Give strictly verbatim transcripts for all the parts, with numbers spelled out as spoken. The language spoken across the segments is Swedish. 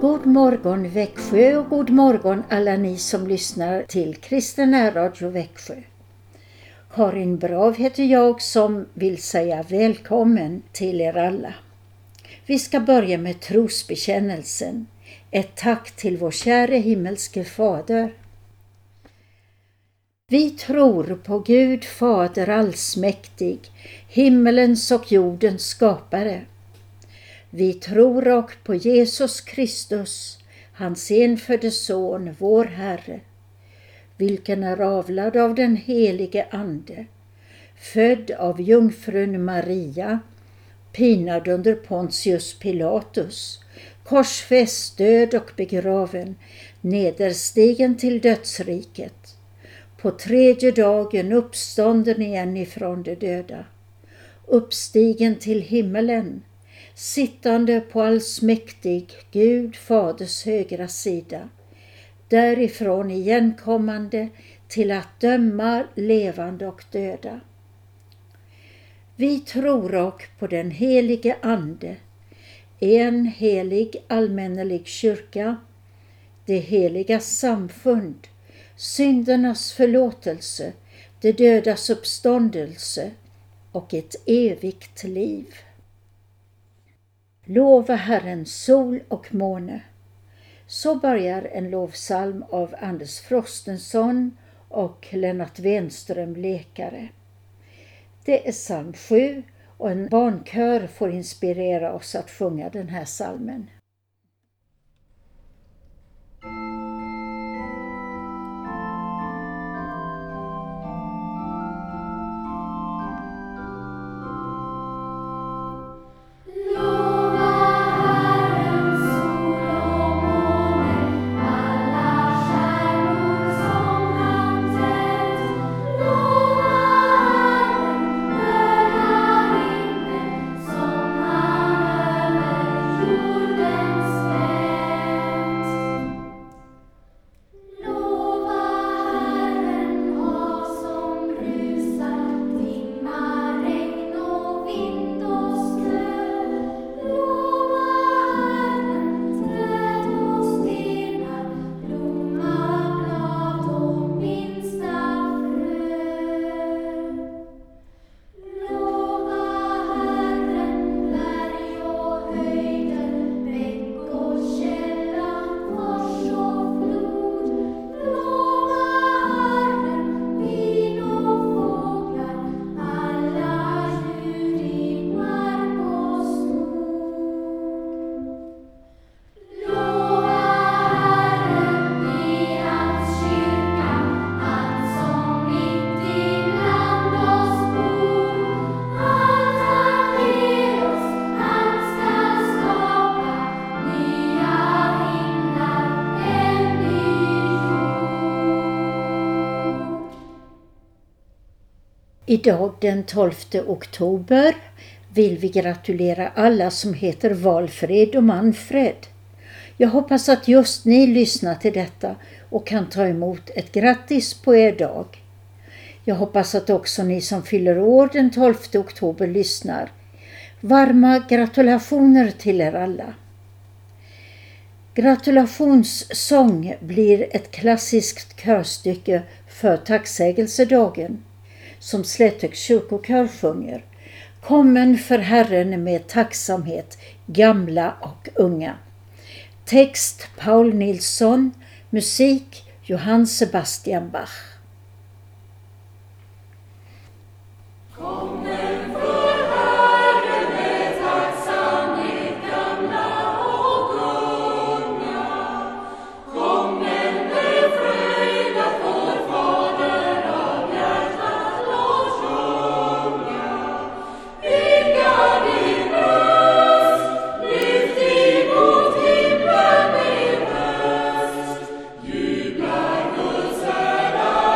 God morgon Växjö och god morgon alla ni som lyssnar till Kristen närradio Växjö. Karin Brav heter jag som vill säga välkommen till er alla. Vi ska börja med trosbekännelsen. Ett tack till vår käre himmelske fader. Vi tror på Gud Fader allsmäktig, himmelens och jordens skapare. Vi tror och på Jesus Kristus, hans enfödde son, vår Herre, vilken är avlad av den helige Ande, född av jungfrun Maria, pinad under Pontius Pilatus, korsfäst, död och begraven, nederstigen till dödsriket, på tredje dagen uppstånden igen ifrån de döda, uppstigen till himmelen, sittande på allsmäktig Gud Faders högra sida, därifrån igenkommande till att döma levande och döda. Vi tror och på den helige Ande, en helig allmännelig kyrka, det heliga samfund, syndernas förlåtelse, det dödas uppståndelse och ett evigt liv. Lova Herren sol och måne. Så börjar en lovsalm av Anders Frostenson och Lennart Wenström lekare. Det är psalm sju och en barnkör får inspirera oss att sjunga den här psalmen. Idag den tolfte oktober vill vi gratulera alla som heter Valfred och Manfred. Jag hoppas att just ni lyssnar till detta och kan ta emot ett grattis på er dag. Jag hoppas att också ni som fyller år den tolfte oktober lyssnar. Varma gratulationer till er alla. Gratulationssång blir ett klassiskt körstycke för tacksägelsedagen, som Slättøks kyrkokör sjunger. Kommen för Herren med tacksamhet, gamla och unga. Text Paul Nilsson, musik Johann Sebastian Bach. Jublar Guds ära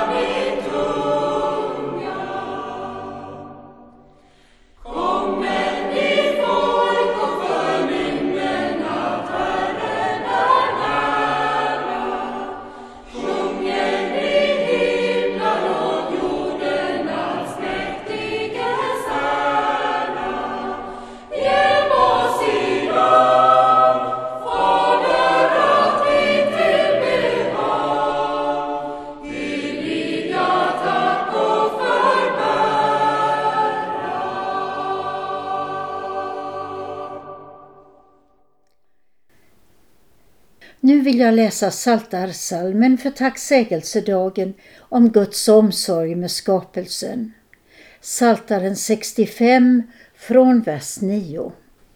Nu vill jag läsa Psaltarpsalmen för tacksägelsedagen om Guds omsorg med skapelsen. Psaltaren sextiofem från vers nio.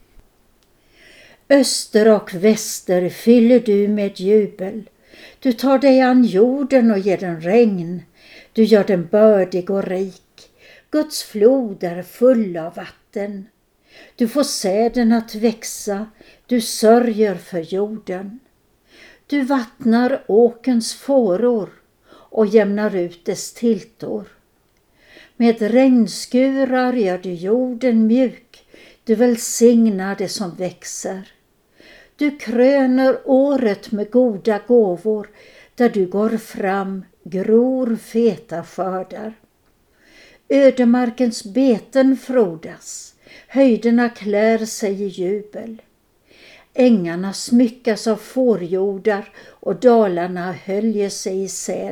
Öster och väster fyller du med jubel. Du tar dig an jorden och ger den regn. Du gör den bördig och rik. Guds flod är full av vatten. Du får säden att växa. Du sörjer för jorden. Du vattnar åkens fåror och jämnar ut dess tiltor. Med regnskurar gör du jorden mjuk. Du välsignar det som växer. Du kröner året med goda gåvor. Där du går fram gror feta skördar. Ödemarkens beten frodas. Höjderna klär sig i jubel. Ängarna smyckas av fårjordar och dalarna höljer sig i säd.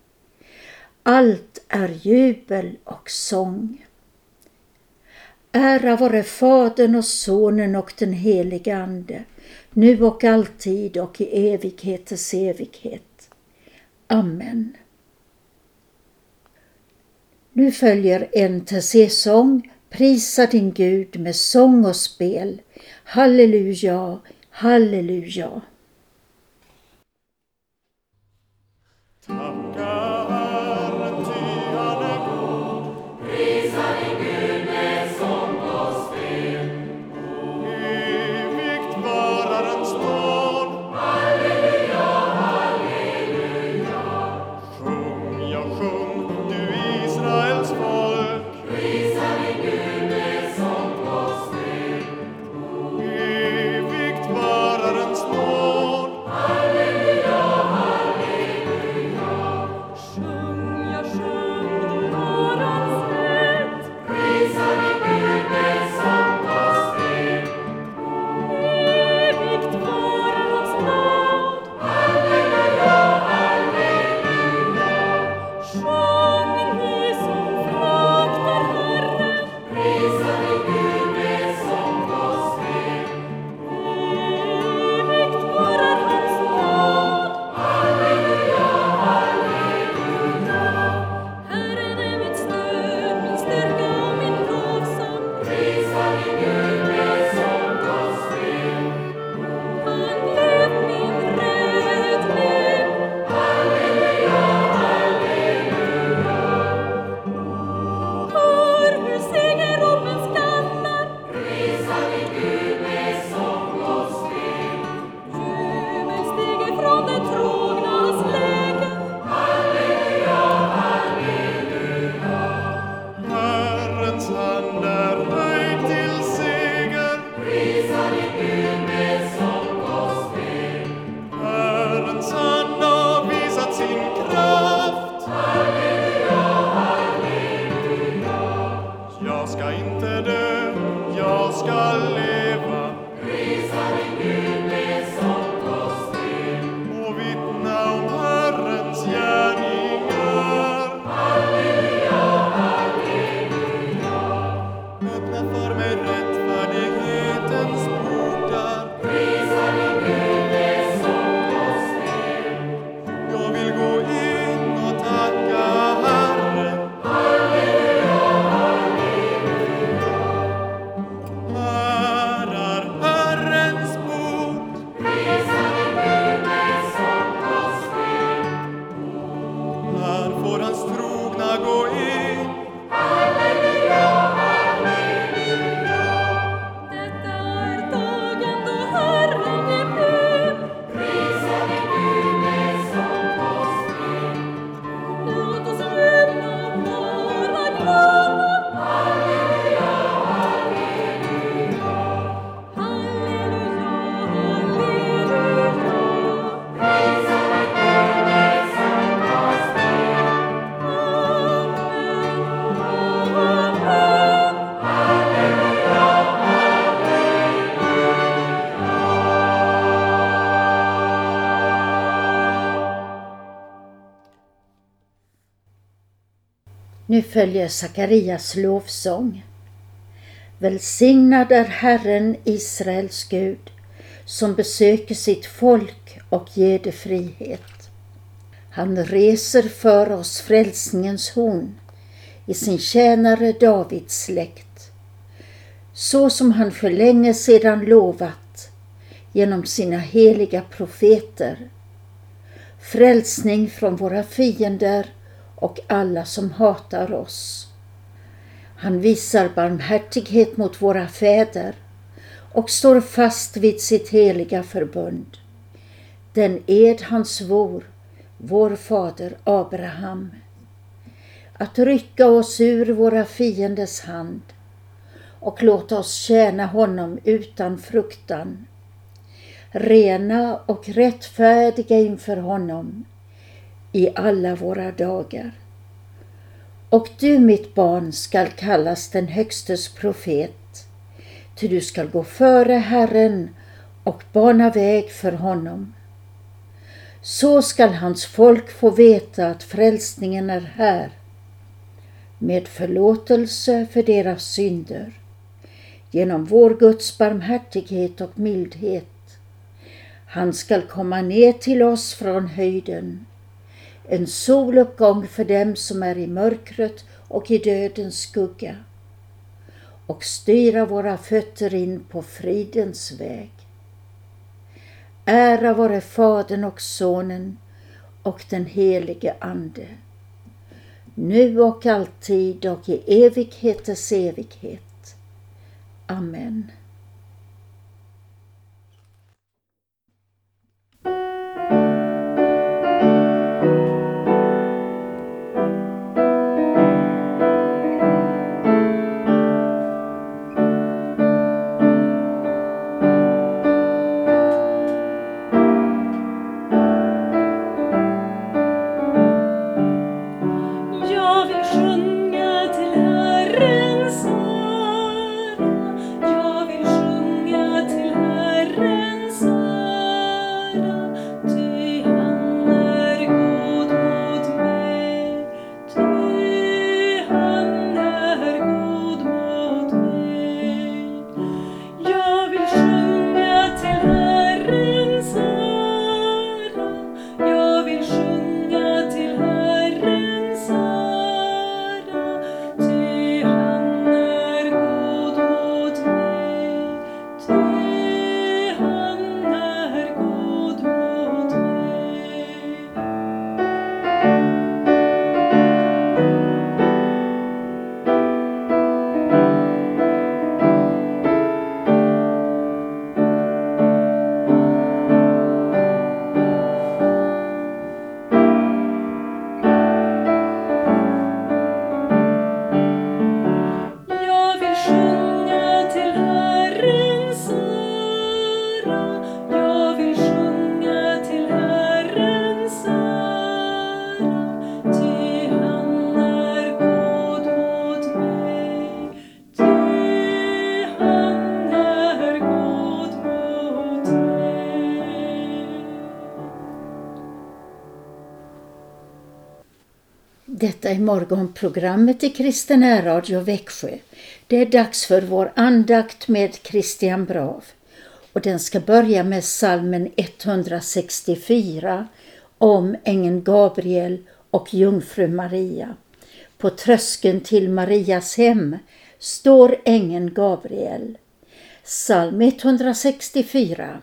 Allt är jubel och sång. Ära vare Fadern och Sonen och den helige Ande, nu och alltid och i evighetens evighet. Amen. Nu följer en Tessé-sång, prisa din Gud med sång och spel. Halleluja, halleluja. Nu följer Sakarias lovsång. Välsignad är Herren, Israels Gud, som besöker sitt folk och ger det frihet. Han reser för oss frälsningens horn i sin tjänare Davids släkt, så som han för länge sedan lovat genom sina heliga profeter. Frälsning från våra fiender och alla som hatar oss. Han visar barmhärtighet mot våra fäder och står fast vid sitt heliga förbund. Den ed han svor, vår fader Abraham, att rycka oss ur våra fienders hand och låta oss tjäna honom utan fruktan, rena och rättfärdiga inför honom i alla våra dagar. Och du, mitt barn, skall kallas den högstes profet, ty du skall gå före Herren och bana väg för honom. Så skall hans folk få veta att frälsningen är här, med förlåtelse för deras synder, genom vår Guds barmhärtighet och mildhet. Han skall komma ner till oss från höjden, en soluppgång för dem som är i mörkret och i dödens skugga, och styra våra fötter in på fridens väg. Ära vare Fadern och Sonen och den helige Ande, nu och alltid och i evigheters evighet. Amen. Detta är morgonprogrammet i Kristen Radio Växjö. Det är dags för vår andakt med Christian Brav. Och den ska börja med psalmen etthundrasextiofyra om ängeln Gabriel och jungfru Maria. På tröskeln till Marias hem står ängeln Gabriel. Psalm etthundrasextiofyra.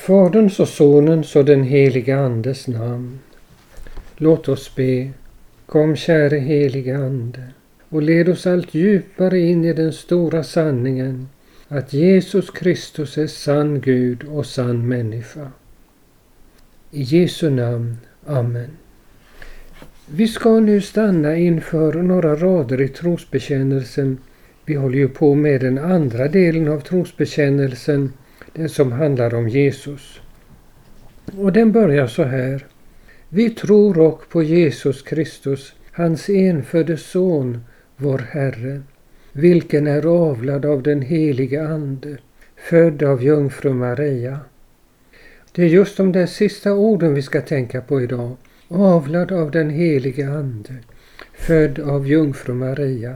Faderns och Sonens och den heliga Andes namn. Låt oss be. Kom, käre heliga Ande, och led oss allt djupare in i den stora sanningen att Jesus Kristus är sann Gud och sann människa. I Jesu namn. Amen. Vi ska nu stanna inför några rader i trosbekännelsen. Vi håller ju på med den andra delen av trosbekännelsen, den som handlar om Jesus. Och den börjar så här. Vi tror och på Jesus Kristus, hans enfödde son, vår Herre, vilken är avlad av den heliga Ande, född av jungfru Maria. Det är just de där sista orden vi ska tänka på idag. Avlad av den heliga Ande, född av jungfru Maria.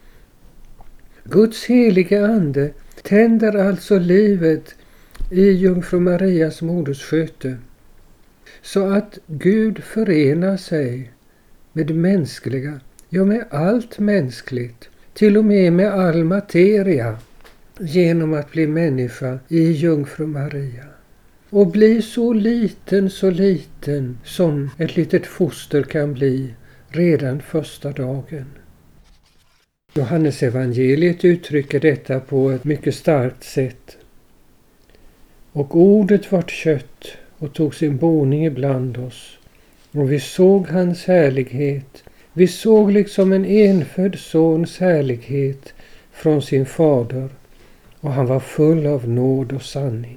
Guds heliga Ande tänder alltså livet i jungfru Marias moderssköte, så att Gud förenar sig med mänskliga, ja med allt mänskligt, till och med med all materia, genom att bli människa i jungfru Maria. Och bli så liten, så liten som ett litet foster kan bli redan första dagen. Johannes evangeliet uttrycker detta på ett mycket starkt sätt. Och ordet vart kött och tog sin boning ibland oss. Och vi såg hans härlighet. Vi såg liksom en enfödd sons härlighet från sin fader. Och han var full av nåd och sanning.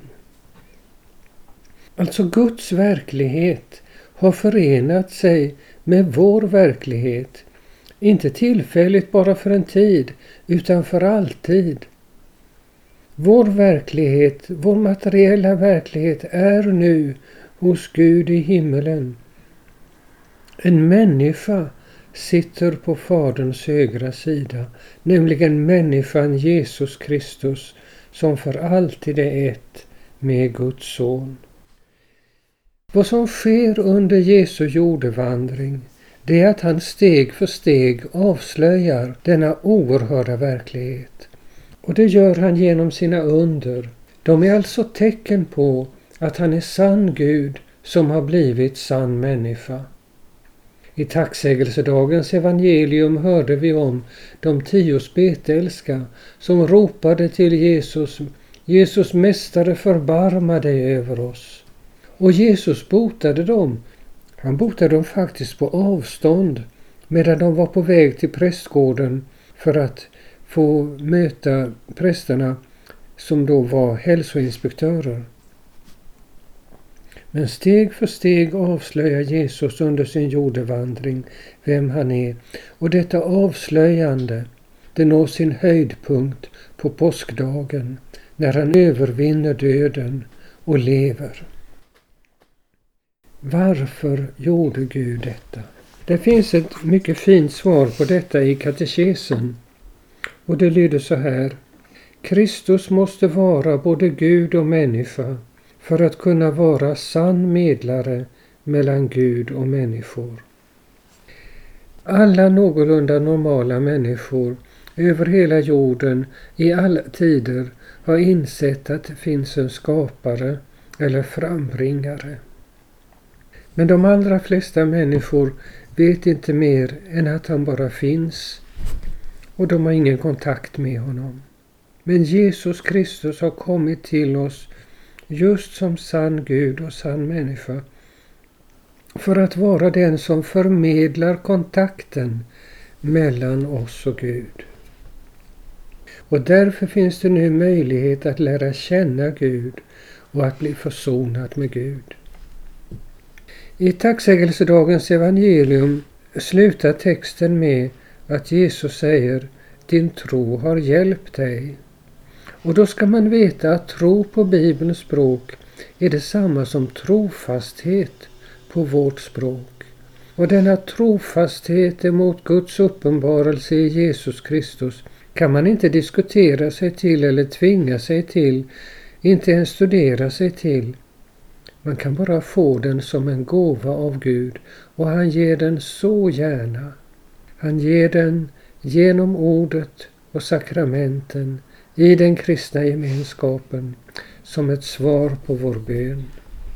Alltså Guds verklighet har förenat sig med vår verklighet. Inte tillfälligt bara för en tid, utan för alltid. Vår verklighet, vår materiella verklighet är nu hos Gud i himmelen. En människa sitter på Faderns högra sida, nämligen människan Jesus Kristus, som för alltid är ett med Guds son. Vad som sker under Jesu jordevandring, det är att han steg för steg avslöjar denna oerhörda verklighet. Och det gör han genom sina under. De är alltså tecken på att han är sann Gud som har blivit sann människa. I tacksägelsedagens evangelium hörde vi om de tio spetälska som ropade till Jesus: Jesus mästare, förbarma dig över oss. Och Jesus botade dem. Han botade dem faktiskt på avstånd medan de var på väg till prästgården för att få möta prästerna som då var hälsoinspektörer. Men steg för steg avslöjar Jesus under sin jordevandring vem han är. Och detta avslöjande, det når sin höjdpunkt på påskdagen när han övervinner döden och lever. Varför gjorde Gud detta? Det finns ett mycket fint svar på detta i katekesen. Och det lyder så här. Kristus måste vara både Gud och människa för att kunna vara sann medlare mellan Gud och människor. Alla någorlunda normala människor över hela jorden i alla tider har insett att det finns en skapare eller frambringare. Men de allra flesta människor vet inte mer än att han bara finns, och de har ingen kontakt med honom. Men Jesus Kristus har kommit till oss just som sann Gud och sann människa för att vara den som förmedlar kontakten mellan oss och Gud. Och därför finns det nu möjlighet att lära känna Gud och att bli försonad med Gud. I tacksägelsedagens evangelium slutar texten med att Jesus säger: din tro har hjälpt dig. Och då ska man veta att tro på Bibelns språk är detsamma som trofasthet på vårt språk. Och denna trofasthet emot Guds uppenbarelse i Jesus Kristus kan man inte diskutera sig till eller tvinga sig till, inte ens studera sig till. Man kan bara få den som en gåva av Gud, och han ger den så gärna. Han ger den genom ordet och sakramenten i den kristna gemenskapen, som ett svar på vår bön.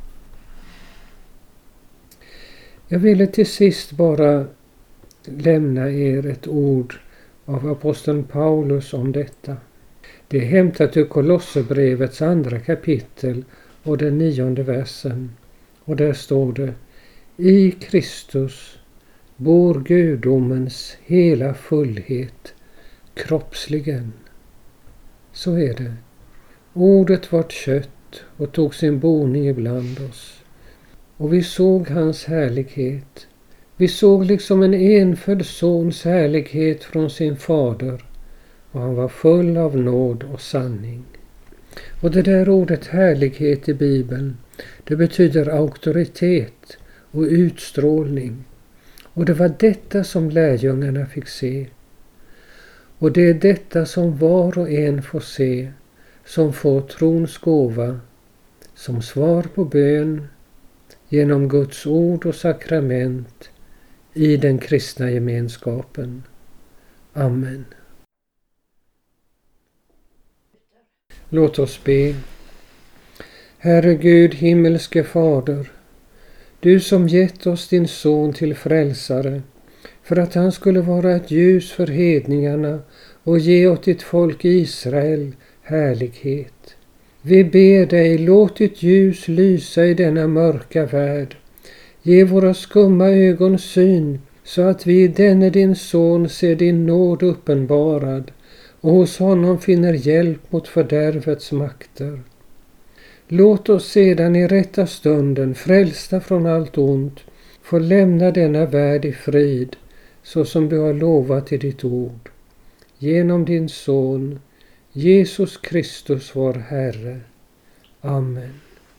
Jag ville till sist bara lämna er ett ord av aposteln Paulus om detta. Det är hämtat ur Kolosserbrevets andra kapitel och den nionde versen. Och där står det: I Kristus bor gudomens hela fullhet kroppsligen. Så är det. Ordet vart kött och tog sin boning ibland oss. Och vi såg hans härlighet. Vi såg liksom en enfödd sons härlighet från sin fader. Och han var full av nåd och sanning. Och det där ordet härlighet i Bibeln, det betyder auktoritet och utstrålning. Och det var detta som lärjungarna fick se. Och det är detta som var och en får se, som får trons gåva, som svar på bön, genom Guds ord och sakrament i den kristna gemenskapen. Amen. Låt oss be. Herre Gud, himmelske Fader, du som gett oss din son till frälsare, för att han skulle vara ett ljus för hedningarna och ge åt ditt folk Israel härlighet. Vi ber dig, låt ditt ljus lysa i denna mörka värld. Ge våra skumma ögon syn, så att vi i denne din son ser din nåd uppenbarad och hos honom finner hjälp mot fördärvets makter. Låt oss sedan i rätta stunden, frälsta från allt ont, få lämna denna värld i frid, så som du har lovat i ditt ord. Genom din son, Jesus Kristus vår Herre. Amen.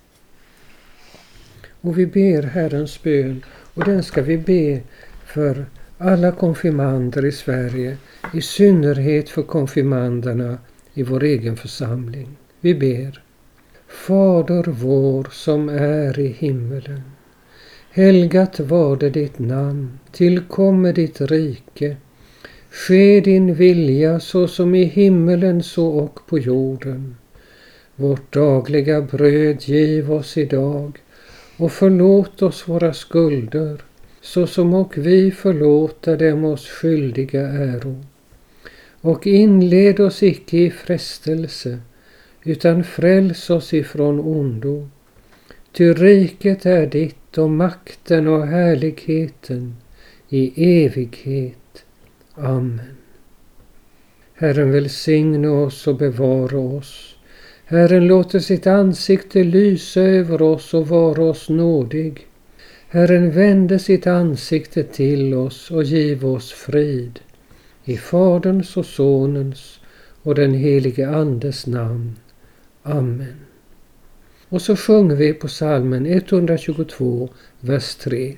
Och vi ber Herrens bön, och den ska vi be för alla konfirmander i Sverige, i synnerhet för konfirmanderna i vår egen församling. Vi ber: Fader vår som är i himmelen. Helgat varde ditt namn, tillkommer ditt rike. Ske din vilja så som i himmelen så och på jorden. Vårt dagliga bröd giv oss idag och förlåt oss våra skulder så som och vi förlåta dem oss skyldiga äro. Och inled oss icke i frestelse utan fräls oss ifrån ondo. Ty riket är ditt och makten och härligheten i evighet. Amen. Herren välsigne oss och bevara oss. Herren låter sitt ansikte lysa över oss och vara oss nådig. Herren vände sitt ansikte till oss och giv oss frid. I Faderns och Sonens och den helige Andes namn. Amen. Och så sjunger vi på psalmen etthundratjugotvå, vers tre.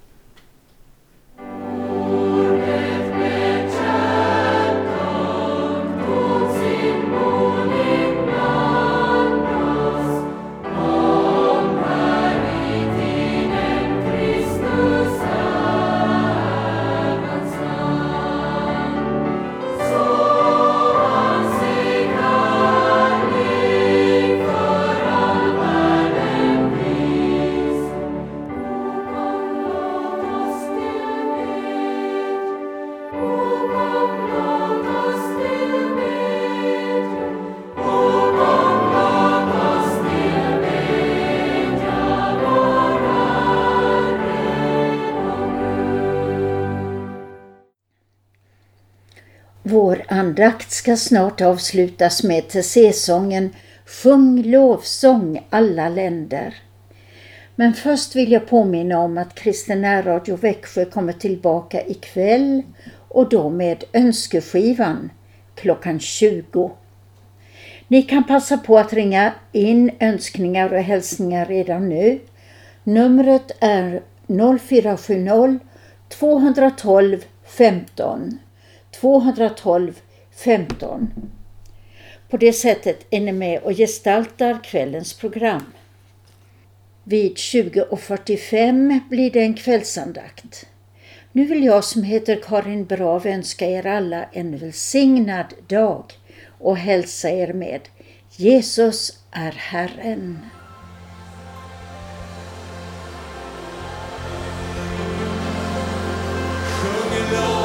Vår andakt ska snart avslutas med Tessé-sången Sjung lovsång alla länder. Men först vill jag påminna om att Kristen närradio Växjö kommer tillbaka ikväll, och då med önskeskivan klockan tjugo. Ni kan passa på att ringa in önskningar och hälsningar redan nu. Numret är noll fyra sju noll två ett två femton. två ett två femton. På det sättet är ni med och gestaltar kvällens program. Vid tjugo och fyrtiofem blir det en kvällsandakt. Nu vill jag som heter Karin Brav önska er alla en välsignad dag och hälsa er med Jesus är Herren. Sjung en låt